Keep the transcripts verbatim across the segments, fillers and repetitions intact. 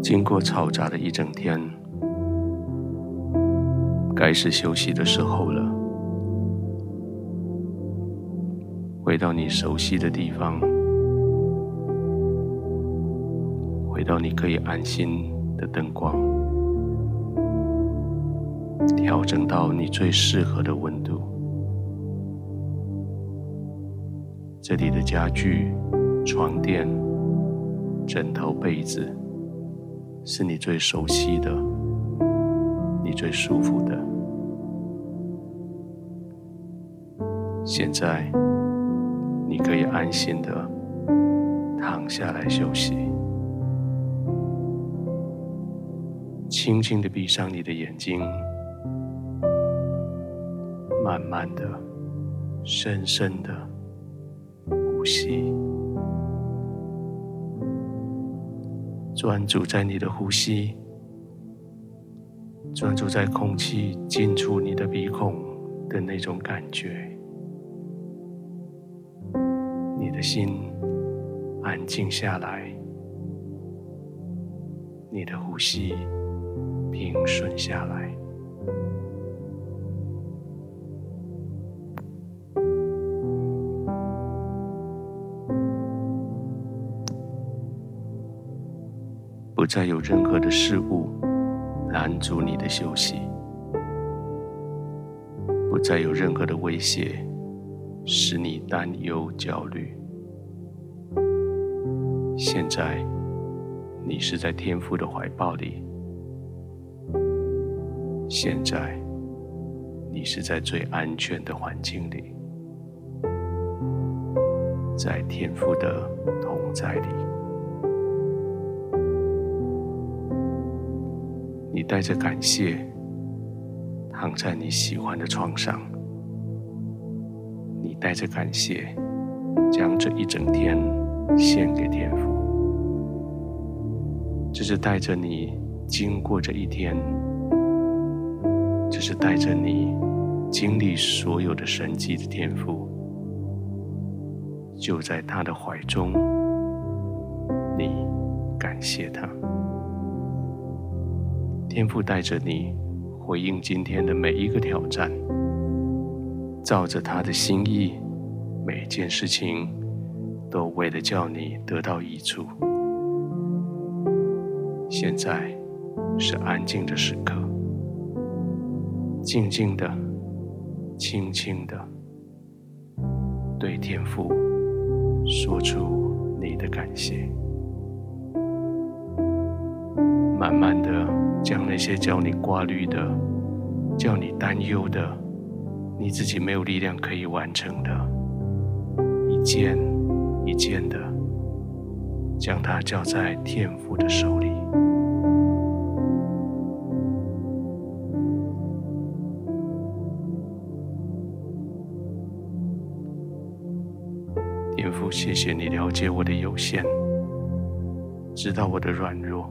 经过嘈杂的一整天，该是休息的时候了。回到你熟悉的地方，回到你可以安心的灯光，调整到你最适合的温度。这里的家具、床垫、枕头、被子是你最熟悉的，你最舒服的。现在你可以安心的躺下来休息，轻轻的闭上你的眼睛，慢慢的、深深的呼吸，专注在你的呼吸，专注在空气进出你的鼻孔的那种感觉。你的心安静下来，你的呼吸平顺下来。不再有任何的事物拦阻你的休息，不再有任何的威胁使你担忧焦虑。现在你是在天父的怀抱里，现在你是在最安全的环境里，在天父的同在里。你带着感谢躺在你喜欢的床上，你带着感谢将这一整天献给天父。这是带着你经过这一天，这是带着你经历所有的神迹的天父，就在他的怀中，你感谢他。天父带着你回应今天的每一个挑战，照着他的心意，每件事情都为了叫你得到益处。现在是安静的时刻，静静的、轻轻的对天父说出你的感谢，慢慢的将那些叫你挂虑的、叫你担忧的、你自己没有力量可以完成的，一件一件的将它交在天父的手里。天父，谢谢你了解我的有限，知道我的软弱。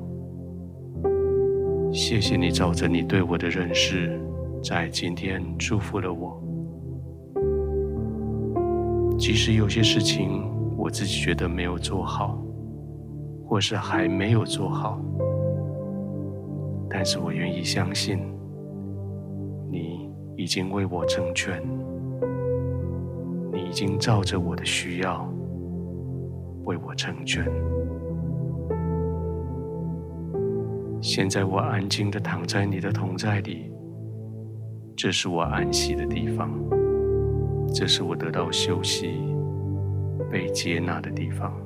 谢谢你照着你对我的认识，在今天祝福了我。即使有些事情我自己觉得没有做好，或是还没有做好，但是我愿意相信你已经为我成全，你已经照着我的需要为我成全。现在我安静地躺在你的同在里，这是我安息的地方，这是我得到休息、被接纳的地方。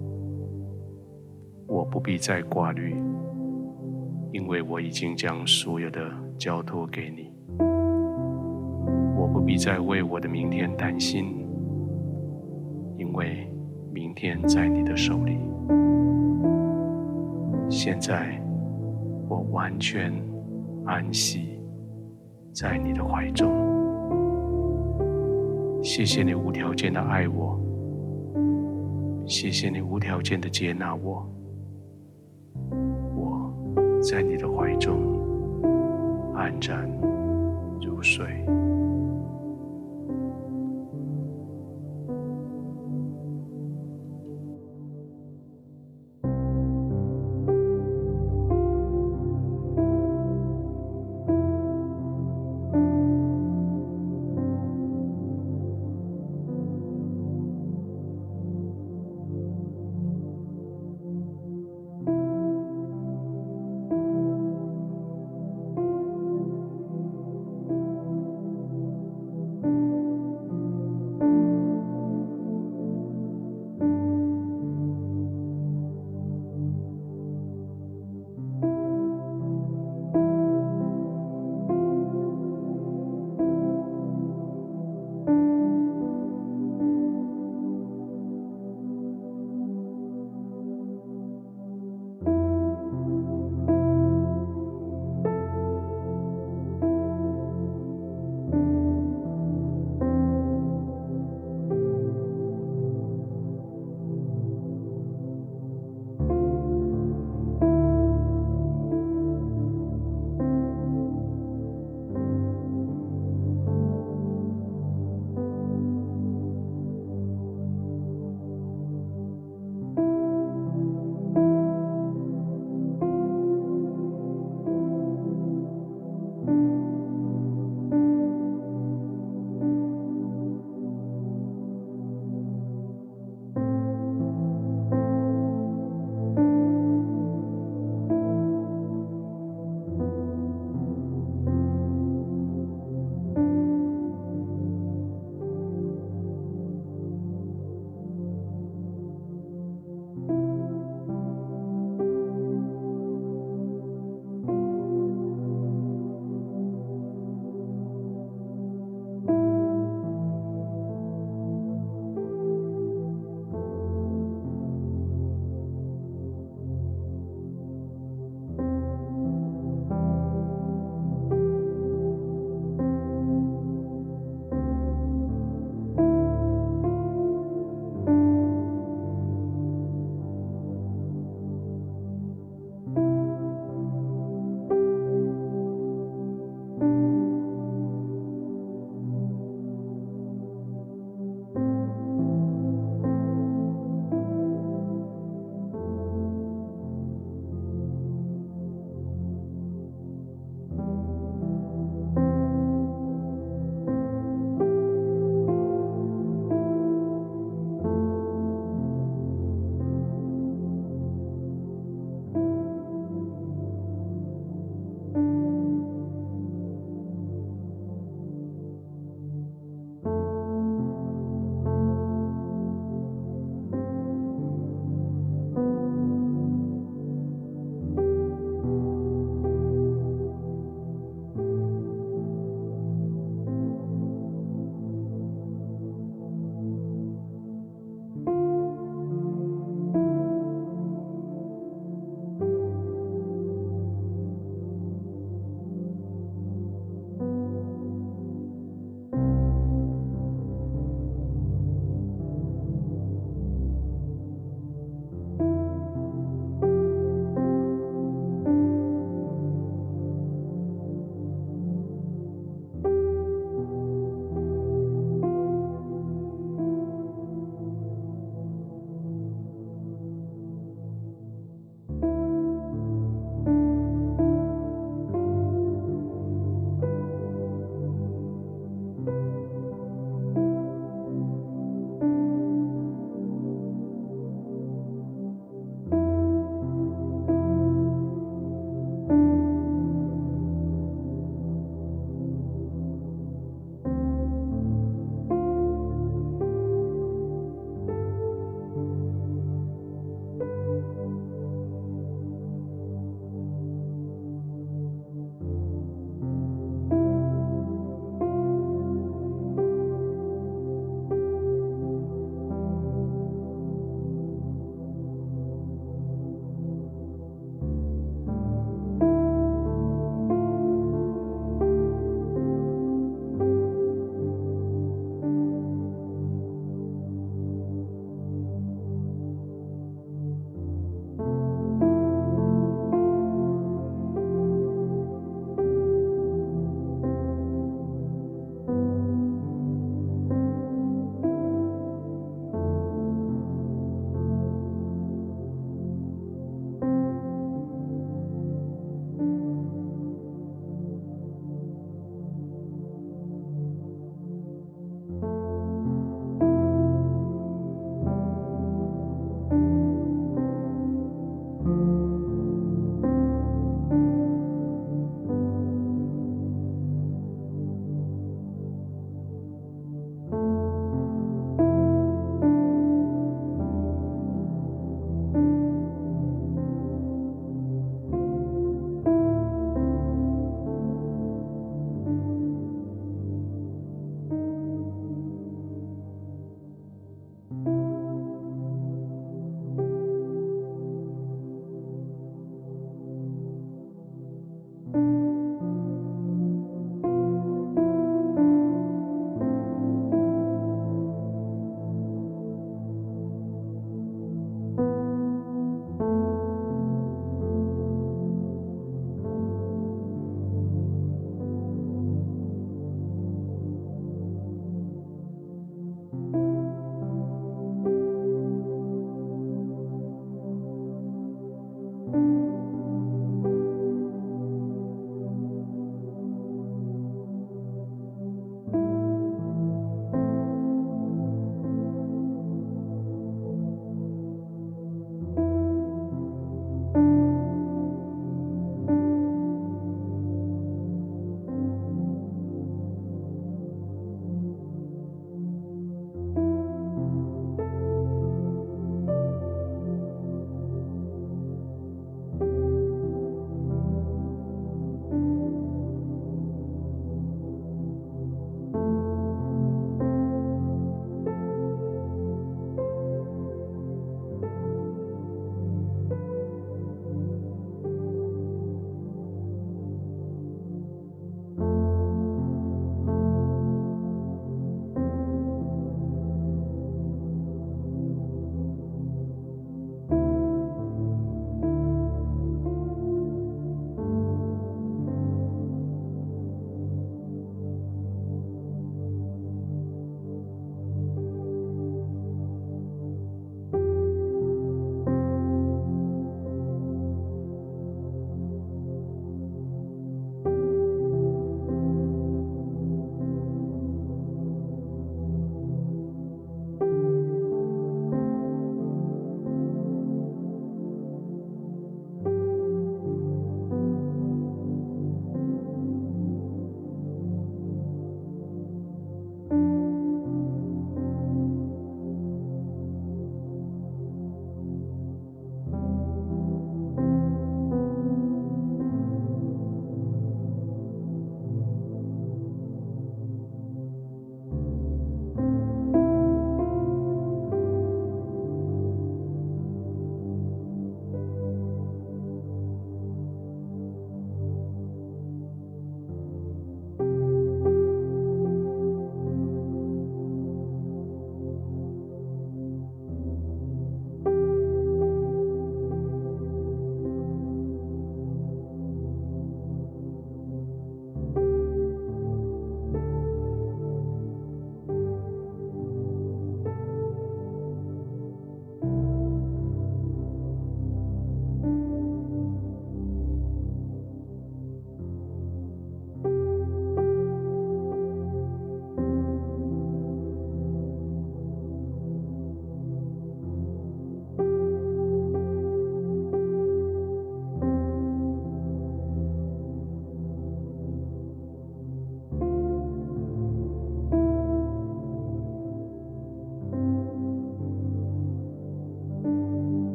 我不必再挂虑，因为我已经将所有的交托给你。我不必再为我的明天担心，因为明天在你的手里。现在我完全安息在你的怀中。谢谢你无条件的爱我，谢谢你无条件的接纳我。我在你的怀中安然入睡。